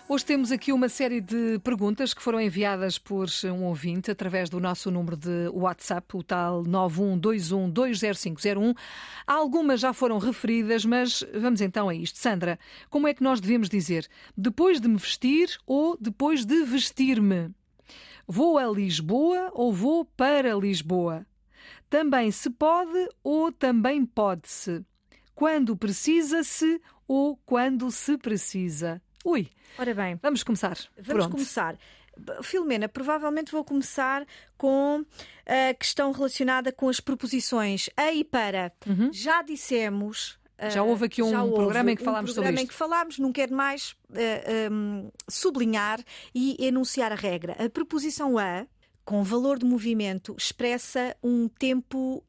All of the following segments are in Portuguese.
Hoje temos aqui uma série de perguntas que foram enviadas por um ouvinte através do nosso número de WhatsApp, o tal 912120501. Algumas já foram referidas, mas vamos então a isto. Sandra, como é que nós devemos dizer? Depois de me vestir ou depois de vestir-me? Vou a Lisboa ou vou para Lisboa? Também se pode ou também pode-se? Quando precisa-se ou quando se precisa? Ui, ora bem, vamos começar. Vamos começar. Filomena, provavelmente vou começar com a questão relacionada com as preposições a e para. Já dissemos... Já houve aqui um programa em que falámos sobre isto. Em que falámos, não quero mais sublinhar e enunciar a regra. A preposição a, com valor de movimento, expressa um tempo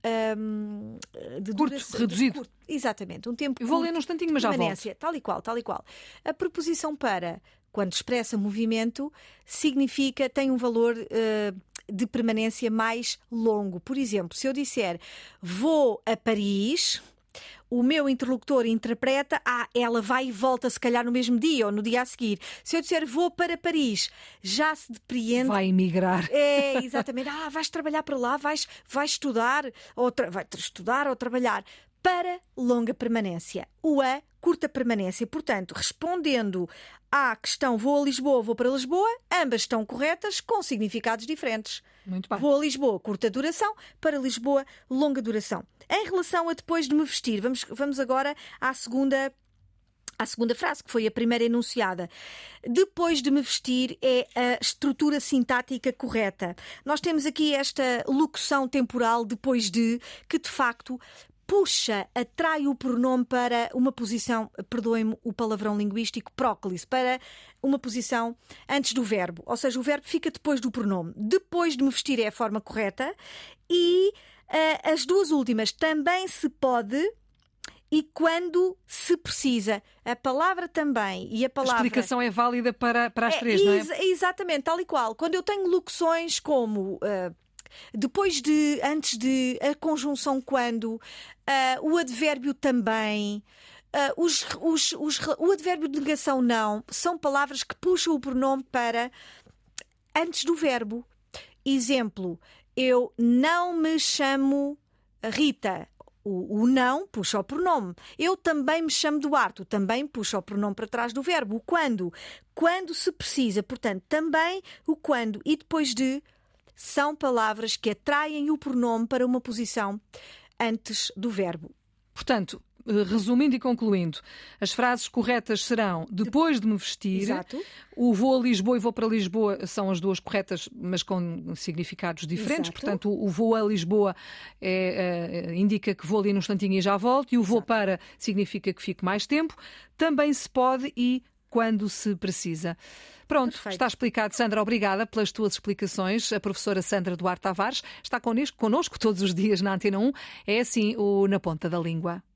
de curto, duração, reduzido. Exatamente, um tempo Eu vou ler num instantinho, mas já volto. Tal e qual, tal e qual. A preposição para, quando expressa movimento, significa, tem um valor de permanência mais longo. Por exemplo, se eu disser vou a Paris, o meu interlocutor interpreta, ela vai e volta se calhar no mesmo dia ou no dia a seguir. Se eu disser vou para Paris, já se depreende... Vai emigrar. É, exatamente. Vais trabalhar para lá, vais estudar, vai estudar ou trabalhar. Para longa permanência. O a, curta permanência. Portanto, respondendo à questão vou a Lisboa, vou para Lisboa, ambas estão corretas com significados diferentes. Muito bem. Vou a Lisboa, curta duração, para Lisboa, longa duração. Em relação a depois de me vestir, vamos agora à segunda frase, que foi a primeira enunciada. Depois de me vestir é a estrutura sintática correta. Nós temos aqui esta locução temporal depois de, que de facto atrai o pronome para uma posição, perdoem-me o palavrão linguístico, próclise, para uma posição antes do verbo. Ou seja, o verbo fica depois do pronome. Depois de me vestir é a forma correta. E as duas últimas, também se pode e quando se precisa. A palavra também e a palavra... A explicação é válida para as três, não é? Exatamente, tal e qual. Quando eu tenho locuções como... antes de, a conjunção quando, o advérbio também, o advérbio de negação não, são palavras que puxam o pronome para antes do verbo. Exemplo, eu não me chamo Rita. O não puxa o pronome. Eu também me chamo Duarte. O também puxa o pronome para trás do verbo. O quando se precisa. Portanto, também o quando e depois de são palavras que atraem o pronome para uma posição antes do verbo. Portanto, resumindo e concluindo, as frases corretas serão depois de me vestir. Exato. O vou a Lisboa e vou para Lisboa são as duas corretas, mas com significados diferentes. Exato. Portanto, o vou a Lisboa indica que vou ali num instantinho e já volto. E o vou para significa que fico mais tempo. Também se pode e quando se precisa. Pronto, Perfeito. Está explicado. Sandra, obrigada pelas tuas explicações. A professora Sandra Duarte Tavares está connosco todos os dias na Antena 1. É assim o Na Ponta da Língua.